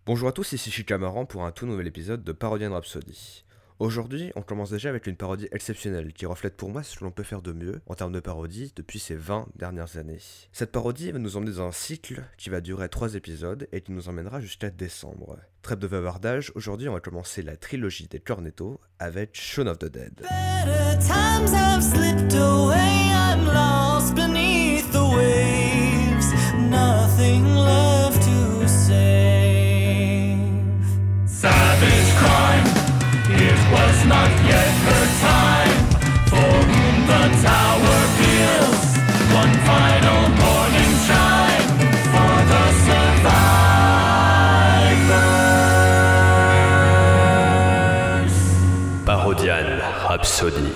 Bonjour à tous, ici Shikamaran pour un tout nouvel épisode de Parodian Rhapsody. Aujourd'hui, on commence déjà avec une parodie exceptionnelle qui reflète pour moi ce que l'on peut faire de mieux en termes de parodie depuis ces 20 dernières années. Cette parodie va nous emmener dans un cycle qui va durer 3 épisodes et qui nous emmènera jusqu'à décembre. Trêve de bavardage, aujourd'hui on va commencer la trilogie des Cornetto avec Shaun of the Dead. Better times have slipped away, I'm lost beneath the waves, nothing left to save. Savage crime, it was not yet her time, for whom the tower peals, one final morning chime, for the survivors. Parodian Rhapsody.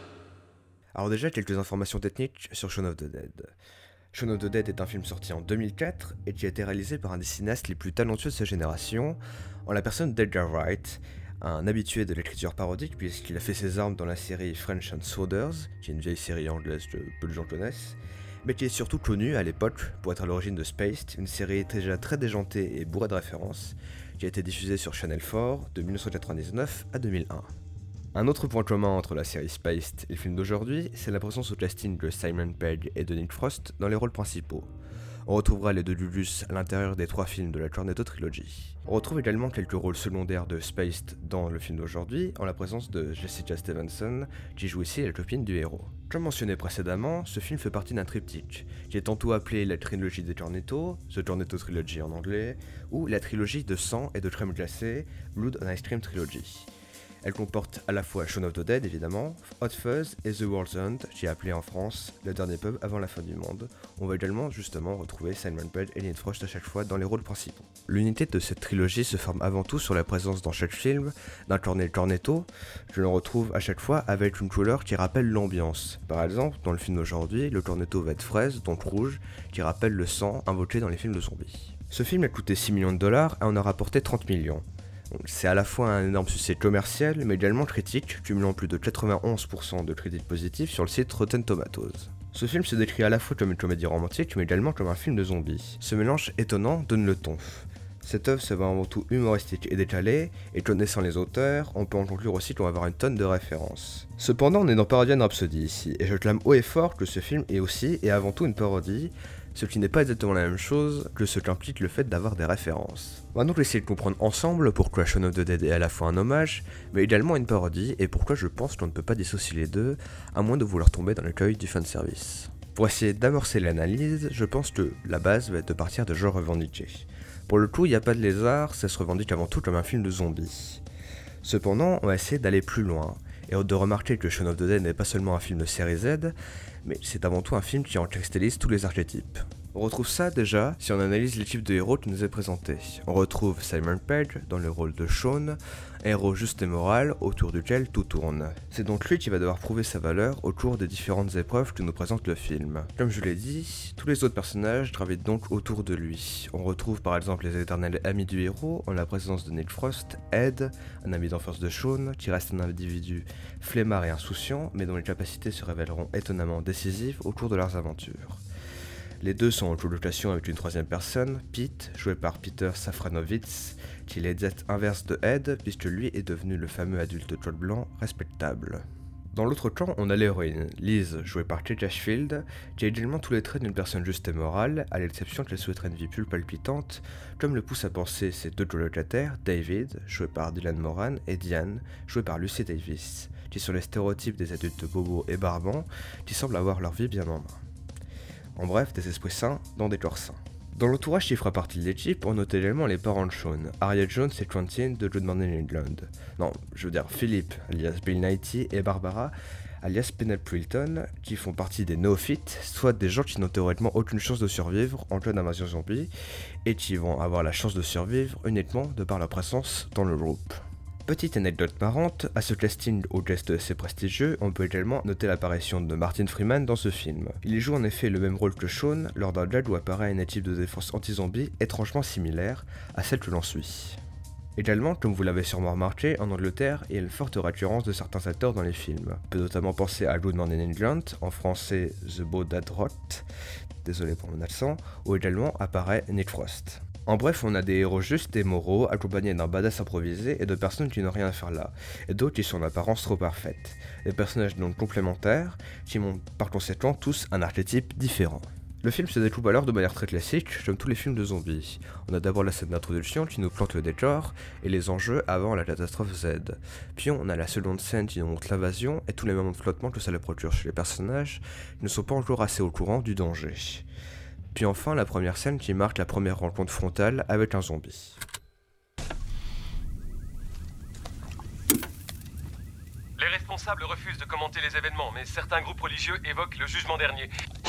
Alors déjà, quelques informations techniques sur Shaun of the Dead. Shaun of the Dead est un film sorti en 2004 et qui a été réalisé par un des cinéastes les plus talentueux de sa génération, en la personne d'Edgar Wright, un habitué de l'écriture parodique puisqu'il a fait ses armes dans la série French and Saunders, qui est une vieille série anglaise que peu de gens connaissent, mais qui est surtout connu à l'époque pour être à l'origine de Spaced, une série déjà très déjantée et bourrée de références, qui a été diffusée sur Channel 4 de 1999 à 2001. Un autre point commun entre la série Spaced et le film d'aujourd'hui, c'est la présence au casting de Simon Pegg et de Nick Frost dans les rôles principaux. On retrouvera les deux Lulus à l'intérieur des 3 films de la Cornetto Trilogy. On retrouve également quelques rôles secondaires de Spaced dans le film d'aujourd'hui, en la présence de Jessica Stevenson, qui joue ici la copine du héros. Comme mentionné précédemment, ce film fait partie d'un triptyque, qui est tantôt appelé la trilogie des Cornetto, The Cornetto Trilogy en anglais, ou la trilogie de sang et de crème glacée, Blood and Ice Cream Trilogy. Elle comporte à la fois Shaun of the Dead évidemment, Hot Fuzz et The World's End, qui est appelé en France le dernier pub avant la fin du monde. On va également justement retrouver Simon Pegg et Nick Frost à chaque fois dans les rôles principaux. L'unité de cette trilogie se forme avant tout sur la présence dans chaque film d'un cornetto, que l'on retrouve à chaque fois avec une couleur qui rappelle l'ambiance. Par exemple, dans le film d'aujourd'hui, le cornetto va être fraise, donc rouge, qui rappelle le sang invoqué dans les films de zombies. Ce film a coûté 6 millions de dollars et en a rapporté 30 millions. C'est à la fois un énorme succès commercial, mais également critique, cumulant plus de 91% de critiques positives sur le site Rotten Tomatoes. Ce film se décrit à la fois comme une comédie romantique, mais également comme un film de zombies. Ce mélange étonnant donne le ton. Cette œuvre se veut avant tout humoristique et décalée, et connaissant les auteurs, on peut en conclure aussi qu'on va avoir une tonne de références. Cependant, on est dans Parodian Rhapsody ici, et je clame haut et fort que ce film est aussi et avant tout une parodie, ce qui n'est pas exactement la même chose que ce qu'implique le fait d'avoir des références. On va donc essayer de comprendre ensemble pourquoi Shaun of the Dead est à la fois un hommage, mais également une parodie, et pourquoi je pense qu'on ne peut pas dissocier les deux, à moins de vouloir tomber dans l'écueil du fanservice. Pour essayer d'amorcer l'analyse, je pense que la base va être de partir de genres revendiqués. Pour le coup, il n'y a pas de lézard, ça se revendique avant tout comme un film de zombies. Cependant, on va essayer d'aller plus loin, et de remarquer que Shaun of the Dead n'est pas seulement un film de série Z, mais c'est avant tout un film qui en cristallise tous les archétypes. On retrouve ça déjà si on analyse l'équipe de héros qui nous est présentée. On retrouve Simon Pegg dans le rôle de Shaun, un héros juste et moral autour duquel tout tourne. C'est donc lui qui va devoir prouver sa valeur au cours des différentes épreuves que nous présente le film. Comme je l'ai dit, tous les autres personnages gravitent donc autour de lui. On retrouve par exemple les éternels amis du héros en la présence de Nick Frost, Ed, un ami d'enfance de Shaun, qui reste un individu flemmard et insouciant, mais dont les capacités se révéleront étonnamment décisives au cours de leurs aventures. Les deux sont en colocation avec une troisième personne, Pete, joué par Peter Safranovitz, qui est l'exact inverse de Ed, puisque lui est devenu le fameux adulte col blanc respectable. Dans l'autre camp, on a l'héroïne, Liz, jouée par Kate Ashfield, qui a également tous les traits d'une personne juste et morale, à l'exception qu'elle souhaiterait une vie plus palpitante, comme le poussent à penser ses deux colocataires, David, joué par Dylan Moran, et Diane, jouée par Lucy Davis, qui sont les stéréotypes des adultes bobos et barbants, qui semblent avoir leur vie bien en main. En bref, des esprits sains dans des corps sains. Dans l'entourage qui fera partie de l'équipe, on note également les parents de Shaun, Harriet Jones et Quentin de Good Morning England. Non, je veux dire Philip, alias Bill Nighy, et Barbara, alias Penelope Wilton, qui font partie des néophytes, soit des gens qui n'ont théoriquement aucune chance de survivre en cas d'invasion zombie, et qui vont avoir la chance de survivre uniquement de par leur présence dans le groupe. Petite anecdote marrante, à ce casting au geste assez prestigieux, on peut également noter l'apparition de Martin Freeman dans ce film. Il y joue en effet le même rôle que Shaun lors d'un gag où apparaît une équipe de défense anti-zombie étrangement similaire à celle que l'on suit. Également, comme vous l'avez sûrement remarqué, en Angleterre, il y a une forte récurrence de certains acteurs dans les films. On peut notamment penser à Good Morning England, en français The Bow That Rocked, désolé pour mon accent, où également apparaît Nick Frost. En bref, on a des héros justes et moraux, accompagnés d'un badass improvisé et de personnes qui n'ont rien à faire là, et d'autres qui sont en apparence trop parfaites. Des personnages donc complémentaires, qui ont par conséquent tous un archétype différent. Le film se découpe alors de manière très classique, comme tous les films de zombies. On a d'abord la scène d'introduction qui nous plante le décor et les enjeux avant la catastrophe Z. Puis on a la seconde scène qui nous montre l'invasion et tous les moments de flottement que ça le procure chez les personnages qui ne sont pas encore assez au courant du danger. Puis enfin la première scène qui marque la première rencontre frontale avec un zombie. Les responsables refusent de commenter les événements, mais certains groupes religieux évoquent le jugement dernier.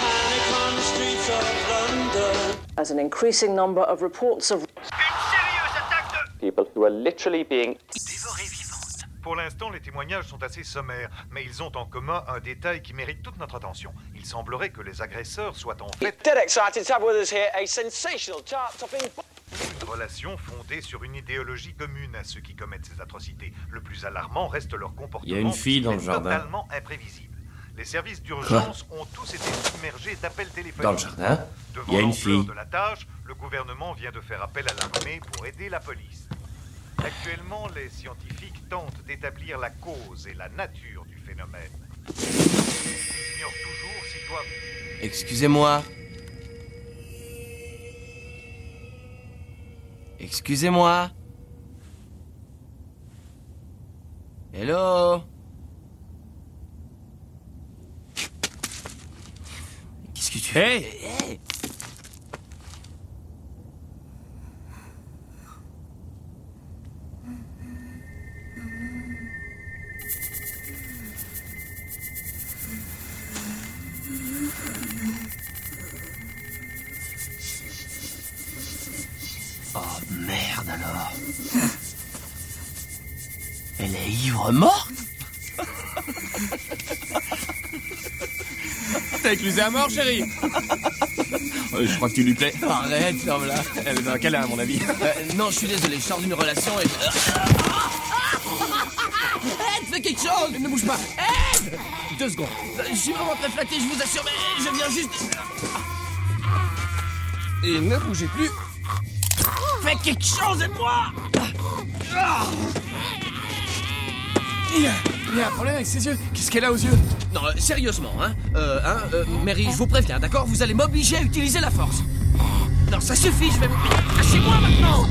As an increasing number of reports of people who are literally being Pour l'instant, les témoignages sont assez sommaires, mais ils ont en commun un détail qui mérite toute notre attention. Il semblerait que les agresseurs soient en fait Dead excited to have with us here a sensational chart-topping une relation fondée sur une idéologie commune à ceux qui commettent ces atrocités. Le plus alarmant reste leur comportement Il y a une fille dans le qui est jardin. totalement imprévisible. Les services d'urgence ont tous été submergés d'appels téléphoniques. Dans le jardin, Devant il y a une l'ampleur fille. de la tâche, le gouvernement vient de faire appel à l'armée pour aider la police. Actuellement, les scientifiques tentent d'établir la cause et la nature du phénomène. Ils ignorent toujours s'ils doivent... Excusez-moi. Excusez-moi. Hello. Qu'est-ce que tu fais? Hey. Oh merde alors. Elle est ivre morte. T'as éclusé à mort, chérie. Je crois que tu lui plais. Arrête, ferme-la. Elle est dans un câlin, à mon avis. Non, je suis désolé, je sors d'une relation et... Aide, fais quelque chose. Ne bouge pas. Aide. 2 secondes. Je suis vraiment très flatté, je vous assure, mais je viens juste... Et ne bougez plus. Fais quelque chose, aide-moi. Il y a un problème avec ses yeux. Qu'est-ce qu'elle a aux yeux? Non, sérieusement, Mary, je vous préviens, d'accord? Vous allez m'obliger à utiliser la force. Non, ça suffit, je vais vous... Lâchez-moi maintenant.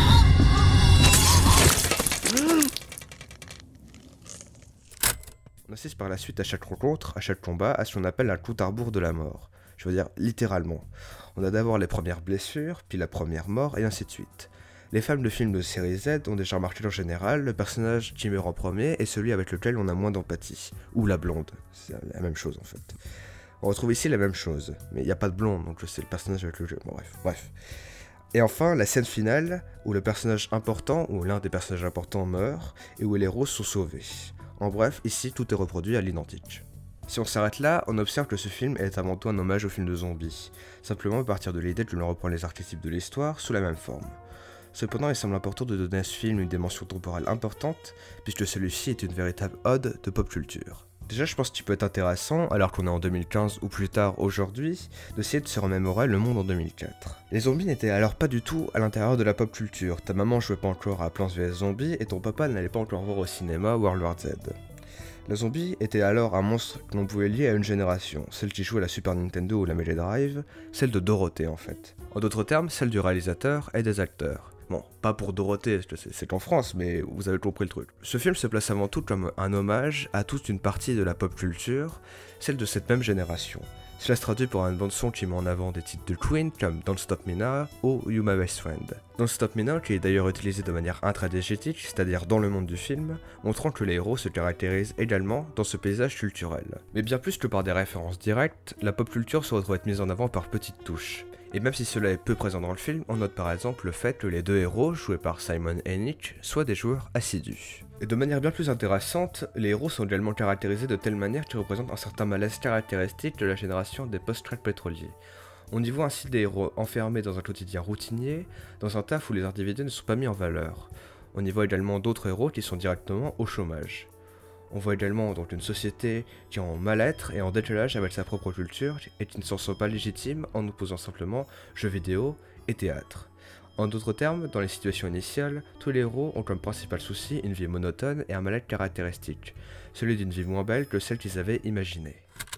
On assiste par la suite à chaque rencontre, à chaque combat, à ce qu'on appelle un compte à rebours de la mort. Je veux dire, littéralement. On a d'abord les premières blessures, puis la première mort, et ainsi de suite. Les fans de films de série Z ont déjà remarqué en général, le personnage qui meurt en premier est celui avec lequel on a moins d'empathie. Ou la blonde, c'est la même chose en fait. On retrouve ici la même chose, mais il n'y a pas de blonde, donc c'est le personnage avec lequel... Bon, bref. Et enfin, la scène finale, où le personnage important, ou l'un des personnages importants meurt, et où les héros sont sauvés. En bref, ici tout est reproduit à l'identique. Si on s'arrête là, on observe que ce film est avant tout un hommage au film de zombies, simplement à partir de l'idée que l'on reprend les archétypes de l'histoire sous la même forme. Cependant, il semble important de donner à ce film une dimension temporelle importante, puisque celui-ci est une véritable ode de pop culture. Déjà, je pense qu'il peut être intéressant, alors qu'on est en 2015 ou plus tard aujourd'hui, d'essayer de se remémorer le monde en 2004. Les zombies n'étaient alors pas du tout à l'intérieur de la pop culture. Ta maman jouait pas encore à Plants vs Zombies et ton papa n'allait pas encore voir au cinéma World War Z. Le zombie était alors un monstre que l'on pouvait lier à une génération, celle qui jouait à la Super Nintendo ou la Mega Drive, celle de Dorothée en fait. En d'autres termes, celle du réalisateur et des acteurs. Bon, pas pour Dorothée, parce que c'est en France, mais vous avez compris le truc. Ce film se place avant tout comme un hommage à toute une partie de la pop culture, celle de cette même génération. Cela se traduit par une bande-son qui met en avant des titres de Queen comme Don't Stop Me Now ou You My Best Friend. Don't Stop Me Now qui est d'ailleurs utilisé de manière intradiégétique, c'est-à-dire dans le monde du film, montrant que les héros se caractérisent également dans ce paysage culturel. Mais bien plus que par des références directes, la pop culture se retrouve être mise en avant par petites touches. Et même si cela est peu présent dans le film, on note par exemple le fait que les deux héros, joués par Simon et Nick, soient des joueurs assidus. Et de manière bien plus intéressante, les héros sont également caractérisés de telle manière qu'ils représentent un certain malaise caractéristique de la génération des post-trek pétroliers. On y voit ainsi des héros enfermés dans un quotidien routinier, dans un taf où les individus ne sont pas mis en valeur. On y voit également d'autres héros qui sont directement au chômage. On voit également donc une société qui est en mal-être et en décalage avec sa propre culture et qui ne s'en sent pas légitime en opposant simplement jeux vidéo et théâtre. En d'autres termes, dans les situations initiales, tous les héros ont comme principal souci une vie monotone et un mal-être caractéristique, celui d'une vie moins belle que celle qu'ils avaient imaginée.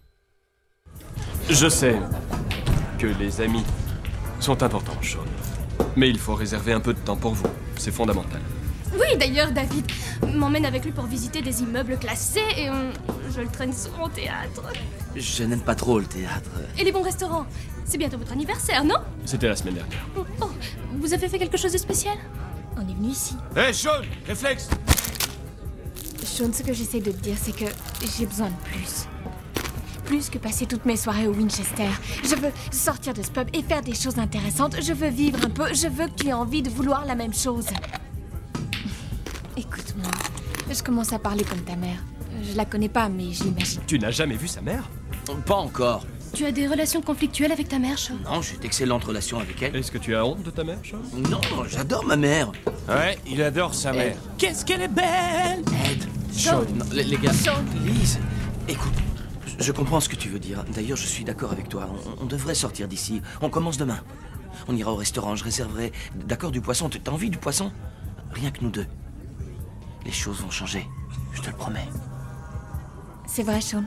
Je sais que les amis sont importants, Sean. Mais il faut réserver un peu de temps pour vous, c'est fondamental. Oui, d'ailleurs, David m'emmène avec lui pour visiter des immeubles classés et je le traîne souvent au théâtre. Je n'aime pas trop le théâtre. Et les bons restaurants. C'est bientôt votre anniversaire, non? C'était la semaine dernière. Oh, vous avez fait quelque chose de spécial? On est venu ici. Hé, Sean, réflexe! Sean, ce que j'essaie de te dire, c'est que j'ai besoin de plus. Plus que passer toutes mes soirées au Winchester. Je veux sortir de ce pub et faire des choses intéressantes. Je veux vivre un peu. Je veux que tu aies envie de vouloir la même chose. Écoute-moi, je commence à parler comme ta mère. Je la connais pas, mais je l'imagine. Tu n'as jamais vu sa mère? Pas encore. Tu as des relations conflictuelles avec ta mère, Sean? Non, j'ai d'excellentes relations avec elle. Est-ce que tu as honte de ta mère, Sean? Non, j'adore ma mère. Ouais, il adore sa mère. Qu'est-ce qu'elle est belle! Ed, Sean. Non, les gars, Sean. Lise, écoute, je comprends ce que tu veux dire. D'ailleurs, je suis d'accord avec toi. On devrait sortir d'ici. On commence demain. On ira au restaurant, je réserverai, d'accord, du poisson. T'as envie du poisson? Rien que nous deux. Les choses vont changer, je te le promets. C'est vrai, Sean.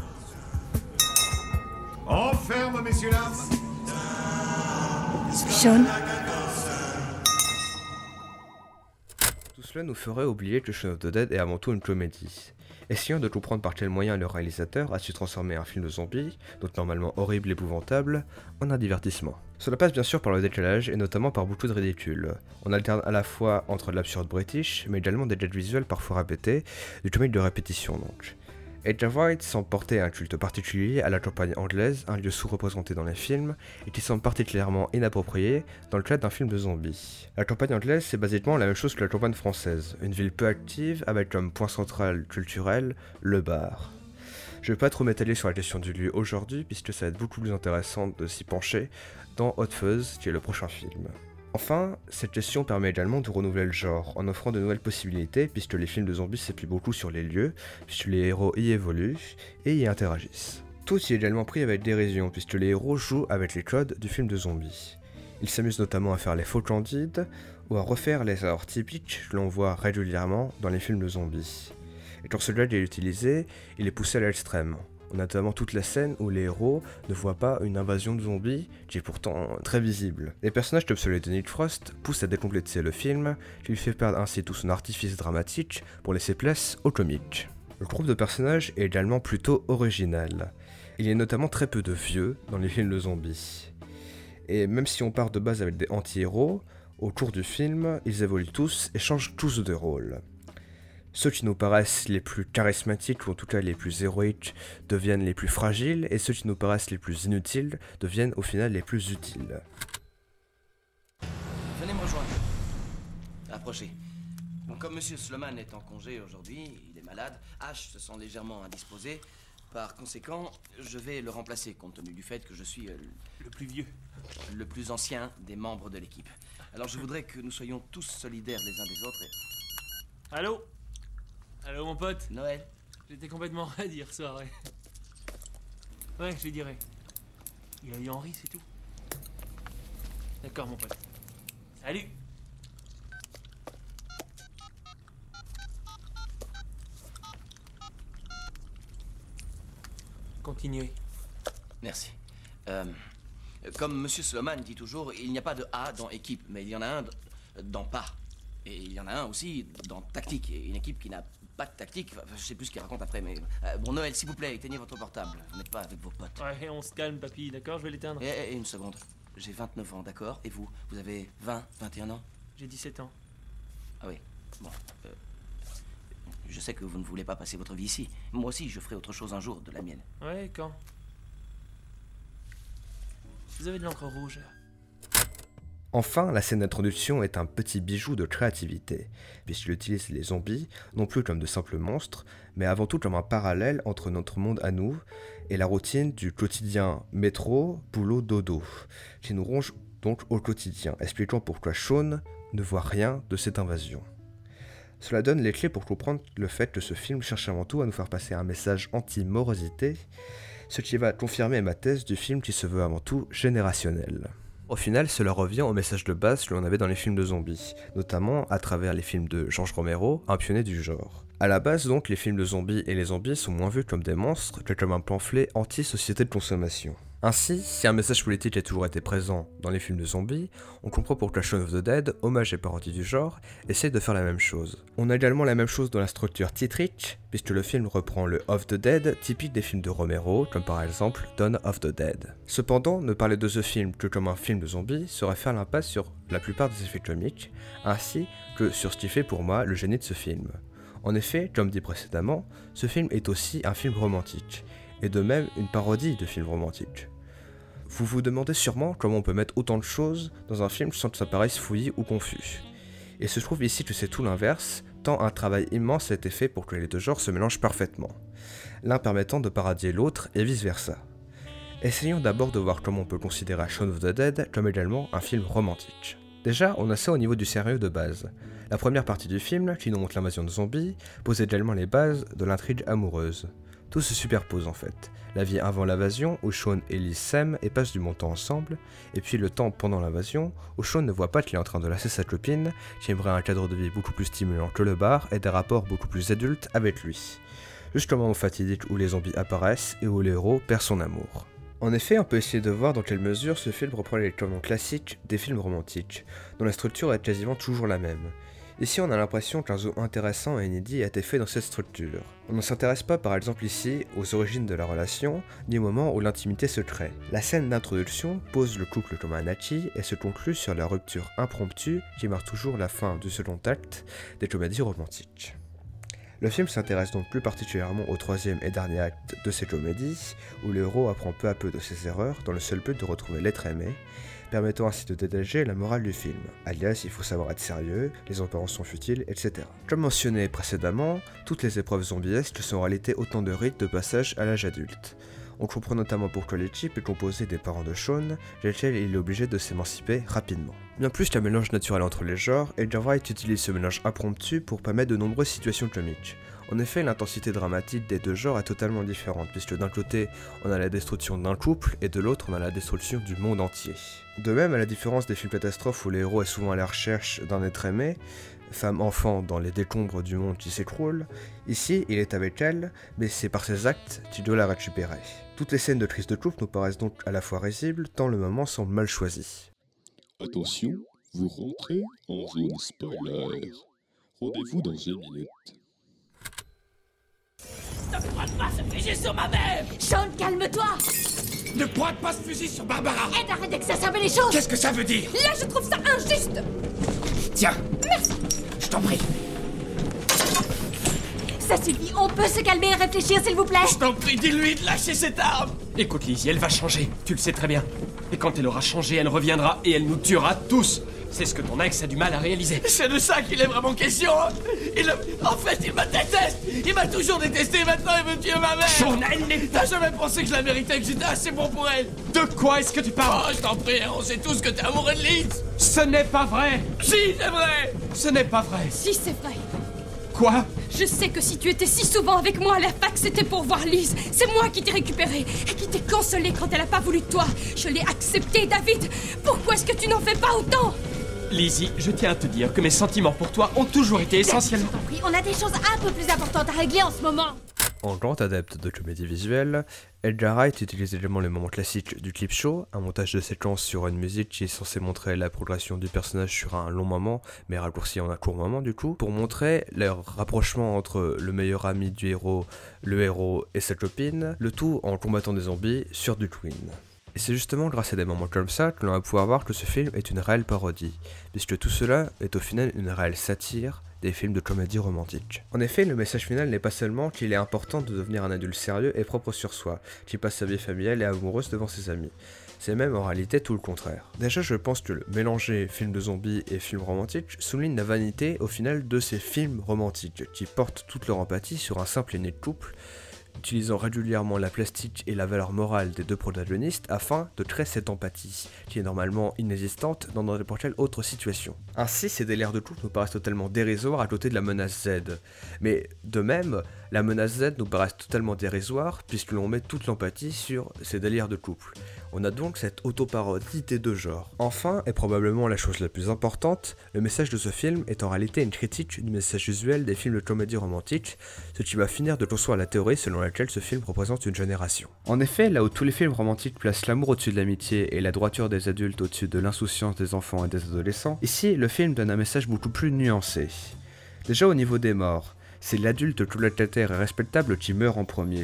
On ferme, messieurs, dames. Sean. Tout cela nous ferait oublier que Shaun of the Dead est avant tout une comédie. Essayons de comprendre par quels moyens le réalisateur a su transformer un film de zombies, donc normalement horrible et épouvantable, en un divertissement. Cela passe bien sûr par le décalage et notamment par beaucoup de ridicule. On alterne à la fois entre de l'absurde british, mais également des jets visuels parfois répétés, du comique de répétition donc. Edgar Wright semble porter un culte particulier à la campagne anglaise, un lieu sous-représenté dans les films, et qui semble particulièrement inapproprié dans le cadre d'un film de zombies. La campagne anglaise, c'est basiquement la même chose que la campagne française, une ville peu active avec comme point central culturel le bar. Je vais pas trop m'étaler sur la question du lieu aujourd'hui, puisque ça va être beaucoup plus intéressant de s'y pencher dans Hot Fuzz, qui est le prochain film. Enfin, cette question permet également de renouveler le genre, en offrant de nouvelles possibilités, puisque les films de zombies s'appuient beaucoup sur les lieux, puisque les héros y évoluent et y interagissent. Tout y est également pris avec dérision, puisque les héros jouent avec les codes du film de zombies. Ils s'amusent notamment à faire les faux candides, ou à refaire les erreurs typiques que l'on voit régulièrement dans les films de zombies. Et quand ce gag est utilisé, il est poussé à l'extrême. On a notamment toute la scène où les héros ne voient pas une invasion de zombies qui est pourtant très visible. Les personnages comme celui de Nick Frost poussent à décomplexifier le film, qui lui fait perdre ainsi tout son artifice dramatique pour laisser place au comique. Le groupe de personnages est également plutôt original. Il y a notamment très peu de vieux dans les films de zombies. Et même si on part de base avec des anti-héros, au cours du film, ils évoluent tous et changent tous de rôle. Ceux qui nous paraissent les plus charismatiques, ou en tout cas les plus héroïques, deviennent les plus fragiles, et ceux qui nous paraissent les plus inutiles deviennent au final les plus utiles. Venez me rejoindre. Approchez. Bon, comme Monsieur Sloman est en congé aujourd'hui, il est malade, Ash se sent légèrement indisposé. Par conséquent, je vais le remplacer, compte tenu du fait que je suis le plus vieux, le plus ancien des membres de l'équipe. Alors je voudrais que nous soyons tous solidaires les uns des autres et... Allô? Allô mon pote? Noël? J'étais complètement raide hier soir, ouais. Ouais, je lui dirai. Il a eu Henri, c'est tout. D'accord mon pote. Salut! Continuez. Merci. Comme Monsieur Sloman dit toujours, il n'y a pas de A dans équipe, mais il y en a un dans pas. Et il y en a un aussi dans tactique. Et une équipe qui n'a pas de tactique, enfin, je sais plus ce qu'il raconte après, mais... bon, Noël, s'il vous plaît, éteignez votre portable. Vous n'êtes pas avec vos potes. Ouais, on se calme, papy, d'accord? Je vais l'éteindre. Une seconde. J'ai 29 ans, d'accord? Et vous? Vous avez 20, 21 ans? J'ai 17 ans. Ah oui, bon. Je sais que vous ne voulez pas passer votre vie ici. Moi aussi, je ferai autre chose un jour de la mienne. Ouais, quand? Vous avez de l'encre rouge. Enfin, la scène d'introduction est un petit bijou de créativité, puisqu'il utilise les zombies, non plus comme de simples monstres, mais avant tout comme un parallèle entre notre monde à nous et la routine du quotidien métro, boulot, dodo, qui nous ronge donc au quotidien, expliquant pourquoi Sean ne voit rien de cette invasion. Cela donne les clés pour comprendre le fait que ce film cherche avant tout à nous faire passer un message anti-morosité, ce qui va confirmer ma thèse du film qui se veut avant tout générationnel. Au final, cela revient au message de base que l'on avait dans les films de zombies, notamment à travers les films de George Romero, un pionnier du genre. A la base donc, les films de zombies et les zombies sont moins vus comme des monstres que comme un pamphlet anti-société de consommation. Ainsi, si un message politique a toujours été présent dans les films de zombies, on comprend pourquoi Shaun of the Dead, hommage et parodie du genre, essaye de faire la même chose. On a également la même chose dans la structure titrique, puisque le film reprend le Of the Dead typique des films de Romero, comme par exemple Dawn of the Dead. Cependant, ne parler de ce film que comme un film de zombies serait faire l'impasse sur la plupart des effets comiques, ainsi que sur ce qui fait pour moi le génie de ce film. En effet, comme dit précédemment, ce film est aussi un film romantique, et de même une parodie de film romantique. Vous vous demandez sûrement comment on peut mettre autant de choses dans un film sans que ça paraisse fouillis ou confus. Et se trouve ici que c'est tout l'inverse, tant un travail immense a été fait pour que les deux genres se mélangent parfaitement, l'un permettant de parodier l'autre et vice versa. Essayons d'abord de voir comment on peut considérer Shaun of the Dead comme également un film romantique. Déjà, on a ça au niveau du sérieux de base. La première partie du film, qui nous montre l'invasion de zombies, pose également les bases de l'intrigue amoureuse. Tout se superpose en fait. La vie avant l'invasion, où Shaun et Liz s'aiment et passent du bon temps ensemble, et puis le temps pendant l'invasion, où Shaun ne voit pas qu'il est en train de lasser sa copine, qui aimerait un cadre de vie beaucoup plus stimulant que le bar et des rapports beaucoup plus adultes avec lui. Jusqu'au moment fatidique où les zombies apparaissent et où le héros perd son amour. En effet, on peut essayer de voir dans quelle mesure ce film reprend les canons classiques des films romantiques, dont la structure est quasiment toujours la même. Ici, on a l'impression qu'un zoom intéressant et inédit a été fait dans cette structure. On ne s'intéresse pas par exemple ici aux origines de la relation, ni au moment où l'intimité se crée. La scène d'introduction pose le couple comme un acquis et se conclut sur la rupture impromptue qui marque toujours la fin du second acte des comédies romantiques. Le film s'intéresse donc plus particulièrement au troisième et dernier acte de ces comédies, où le héros apprend peu à peu de ses erreurs dans le seul but de retrouver l'être aimé, permettant ainsi de dégager la morale du film, alias il faut savoir être sérieux, les apparences sont futiles, etc. Comme mentionné précédemment, toutes les épreuves zombiesques sont en réalité autant de rites de passage à l'âge adulte. On comprend notamment pourquoi l'équipe est composée des parents de Shaun, desquels il est obligé de s'émanciper rapidement. Bien plus qu'un mélange naturel entre les genres, Edgar Wright utilise ce mélange impromptu pour permettre de nombreuses situations comiques. En effet, l'intensité dramatique des deux genres est totalement différente, puisque d'un côté, on a la destruction d'un couple, et de l'autre, on a la destruction du monde entier. De même, à la différence des films catastrophes où le héros est souvent à la recherche d'un être aimé, femme-enfant dans les décombres du monde qui s'écroule, ici, il est avec elle, mais c'est par ses actes qu'il doit la récupérer. Toutes les scènes de crise de couple nous paraissent donc à la fois risibles, tant le moment semble mal choisi. Attention, vous rentrez en zone spoiler. Rendez-vous dans 1 minute. Ne pointe pas ce fusil sur ma mère! Shaun, calme-toi! Ne pointe pas ce fusil sur Barbara! Et arrête d'exacerber les choses! Qu'est-ce que ça veut dire? Là, je trouve ça injuste! Tiens! Merci! Je t'en prie! Ça suffit, on peut se calmer et réfléchir, s'il vous plaît! Je t'en prie, dis-lui de lâcher cette arme! Écoute, Lizzie, elle va changer, tu le sais très bien. Et quand elle aura changé, elle reviendra et elle nous tuera tous! C'est ce que ton ex a du mal à réaliser. C'est de ça qu'il est vraiment question. En fait, il me déteste. Il m'a toujours détesté. Maintenant, il veut tuer ma mère. Shaun, elle n'est pas... T'as jamais pensé que je la méritais, que j'étais assez bon pour elle? De quoi est-ce que tu parles? Oh, je t'en prie, on sait tous que t'es amoureux de Liz. Ce n'est pas vrai. Si, c'est vrai. Ce n'est pas vrai. Si, c'est vrai. Quoi? Je sais que si tu étais si souvent avec moi à la fac, c'était pour voir Liz. C'est moi qui t'ai récupéré et qui t'ai consolé quand elle a pas voulu de toi. Je l'ai accepté, David. Pourquoi est-ce que tu n'en fais pas autant? Lizzie, je tiens à te dire que mes sentiments pour toi ont toujours été essentiellement... Oui, on a des choses un peu plus importantes à régler en ce moment. En grand adepte de comédie visuelle, Edgar Wright utilise également le moment classique du clip show, un montage de séquence sur une musique qui est censé montrer la progression du personnage sur un long moment, mais raccourci en un court moment du coup, pour montrer leur rapprochement entre le meilleur ami du héros, le héros et sa copine, le tout en combattant des zombies sur du Twin. Et c'est justement grâce à des moments comme ça que l'on va pouvoir voir que ce film est une réelle parodie, puisque tout cela est au final une réelle satire des films de comédie romantique. En effet, le message final n'est pas seulement qu'il est important de devenir un adulte sérieux et propre sur soi, qui passe sa vie familiale et amoureuse devant ses amis. C'est même en réalité tout le contraire. Déjà, je pense que le mélanger film de zombies et film romantique souligne la vanité au final de ces films romantiques, qui portent toute leur empathie sur un simple et net couple, utilisant régulièrement la plastique et la valeur morale des deux protagonistes afin de créer cette empathie, qui est normalement inexistante dans n'importe quelle autre situation. Ainsi, ces délires de couple nous paraissent totalement dérisoires à côté de la menace Z. Mais de même, la menace Z nous paraît totalement dérisoire puisque l'on met toute l'empathie sur ces délires de couple. On a donc cette autoparodie des deux genres. Enfin, et probablement la chose la plus importante, le message de ce film est en réalité une critique du message usuel des films de comédie romantique, ce qui va finir de construire la théorie selon laquelle ce film représente une génération. En effet, là où tous les films romantiques placent l'amour au-dessus de l'amitié et la droiture des adultes au-dessus de l'insouciance des enfants et des adolescents, ici le film donne un message beaucoup plus nuancé. Déjà au niveau des morts, c'est l'adulte colocataire et respectable qui meurt en premier.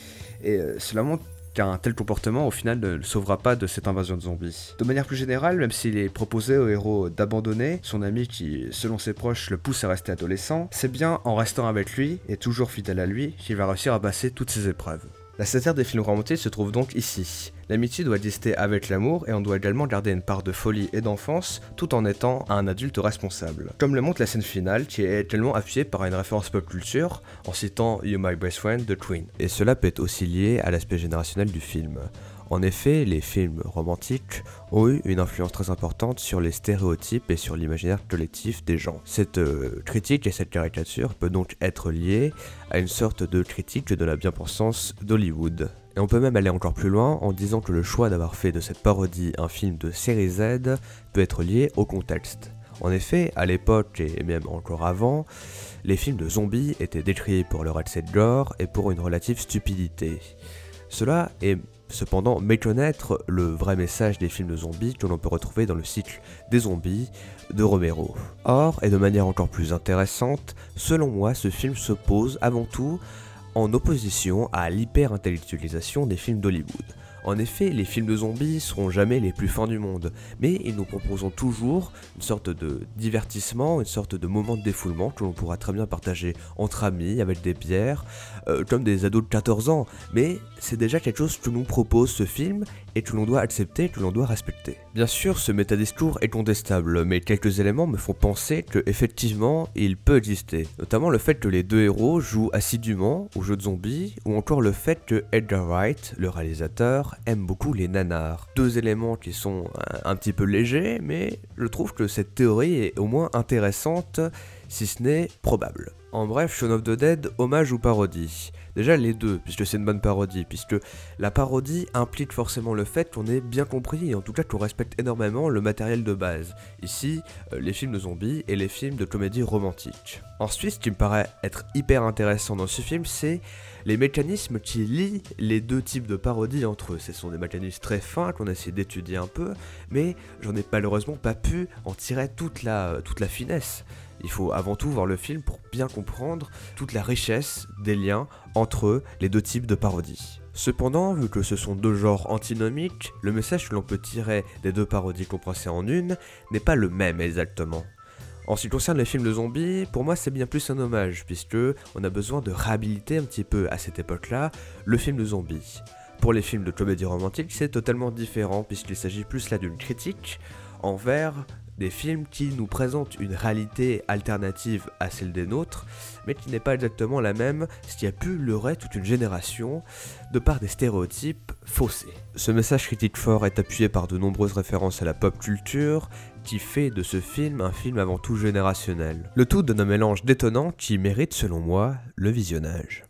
Et cela montre qu'un tel comportement au final ne le sauvera pas de cette invasion de zombies. De manière plus générale, même s'il est proposé au héros d'abandonner son ami qui, selon ses proches, le pousse à rester adolescent, c'est bien en restant avec lui et toujours fidèle à lui qu'il va réussir à passer toutes ses épreuves. La satire des films romantiques se trouve donc ici. L'amitié doit exister avec l'amour et on doit également garder une part de folie et d'enfance tout en étant un adulte responsable. Comme le montre la scène finale qui est tellement appuyée par une référence pop culture en citant You My Best Friend de Queen. Et cela peut être aussi lié à l'aspect générationnel du film. En effet, les films romantiques ont eu une influence très importante sur les stéréotypes et sur l'imaginaire collectif des gens. Cette critique et cette caricature peut donc être liée à une sorte de critique de la bien-pensance d'Hollywood. Et on peut même aller encore plus loin en disant que le choix d'avoir fait de cette parodie un film de série Z peut être lié au contexte. En effet, à l'époque et même encore avant, les films de zombies étaient décriés pour leur excès de gore et pour une relative stupidité. Cela est cependant méconnaître le vrai message des films de zombies que l'on peut retrouver dans le cycle des zombies de Romero. Or, et de manière encore plus intéressante, selon moi, ce film se pose avant tout en opposition à l'hyper-intellectualisation des films d'Hollywood. En effet, les films de zombies seront jamais les plus fins du monde, mais ils nous proposent toujours une sorte de divertissement, une sorte de moment de défoulement que l'on pourra très bien partager entre amis, avec des bières, comme des ados de 14 ans, mais c'est déjà quelque chose que nous propose ce film et que l'on doit accepter, que l'on doit respecter. Bien sûr, ce métadiscours est contestable, mais quelques éléments me font penser que effectivement, il peut exister. Notamment le fait que les deux héros jouent assidûment aux jeux de zombies, ou encore le fait que Edgar Wright, le réalisateur, aime beaucoup les nanars. Deux éléments qui sont un petit peu légers, mais je trouve que cette théorie est au moins intéressante, si ce n'est probable. En bref, Shaun of the Dead, hommage ou parodie? Déjà les deux, puisque c'est une bonne parodie, puisque la parodie implique forcément le fait qu'on ait bien compris, et en tout cas qu'on respecte énormément le matériel de base. Ici, les films de zombies et les films de comédie romantique. Ensuite, ce qui me paraît être hyper intéressant dans ce film, c'est les mécanismes qui lient les deux types de parodies entre eux. Ce sont des mécanismes très fins qu'on a essayé d'étudier un peu, mais j'en ai malheureusement pas pu en tirer toute la finesse. Il faut avant tout voir le film pour bien comprendre toute la richesse des liens entre les deux types de parodies. Cependant, vu que ce sont deux genres antinomiques, le message que l'on peut tirer des deux parodies compressées en une n'est pas le même exactement. En ce qui concerne les films de zombies, pour moi c'est bien plus un hommage, puisque on a besoin de réhabiliter un petit peu à cette époque-là le film de zombies. Pour les films de comédie romantique, c'est totalement différent, puisqu'il s'agit plus là d'une critique envers des films qui nous présentent une réalité alternative à celle des nôtres, mais qui n'est pas exactement la même, ce qui a pu leurrer toute une génération de par des stéréotypes faussés. Ce message critique fort est appuyé par de nombreuses références à la pop culture, qui fait de ce film un film avant tout générationnel. Le tout donne un mélange détonnant qui mérite selon moi le visionnage.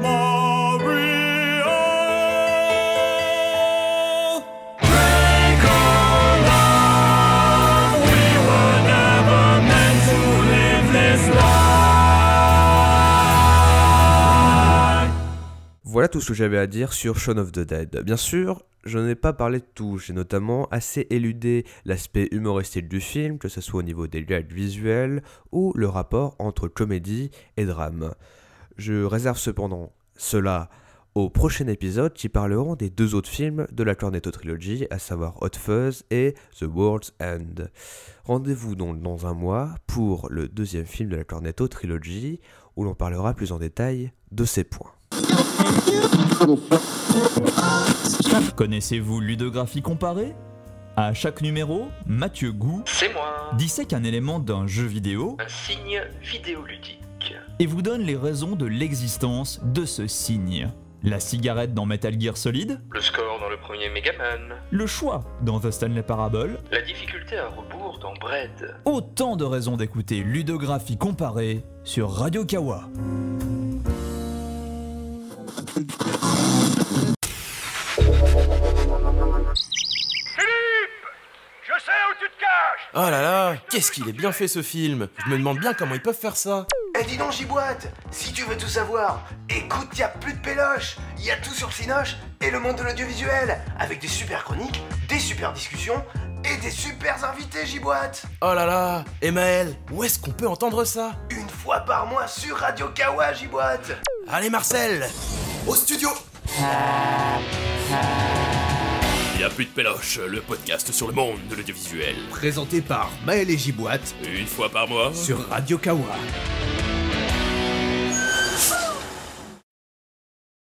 Voilà tout ce que j'avais à dire sur Shaun of the Dead. Bien sûr, je n'ai pas parlé de tout, j'ai notamment assez éludé l'aspect humoristique du film, que ce soit au niveau des gags visuels ou le rapport entre comédie et drame. Je réserve cependant cela au prochain épisode qui parleront des deux autres films de la Cornetto Trilogy, à savoir Hot Fuzz et The World's End. Rendez-vous donc dans un mois pour le deuxième film de la Cornetto Trilogy, où l'on parlera plus en détail de ces points. Connaissez-vous Ludographie comparée ? À chaque numéro, Mathieu Gou, c'est moi, dissèque un élément d'un jeu vidéo, un signe vidéoludique, et vous donne les raisons de l'existence de ce signe. La cigarette dans Metal Gear Solid, le score dans le premier Megaman, le choix dans The Stanley Parable, la difficulté à rebours dans Bread. Autant de raisons d'écouter Ludographie comparée sur Radio Kawa. Oh là là, qu'est-ce qu'il est bien fait ce film. Je me demande bien comment ils peuvent faire ça. Eh dis donc Giboite, si tu veux tout savoir, écoute, y a plus de péloche. Y a tout sur Cinoche et le monde de l'audiovisuel, avec des super chroniques, des super discussions et des super invités Giboite. Oh là là, et Maël, où est-ce qu'on peut entendre ça? Une fois par mois sur Radio Kawa Giboite. Allez Marcel, au studio. Y a plus de péloche, le podcast sur le monde de l'audiovisuel. Présenté par Maël et Giboite. Une fois par mois. Sur Radio Kawa.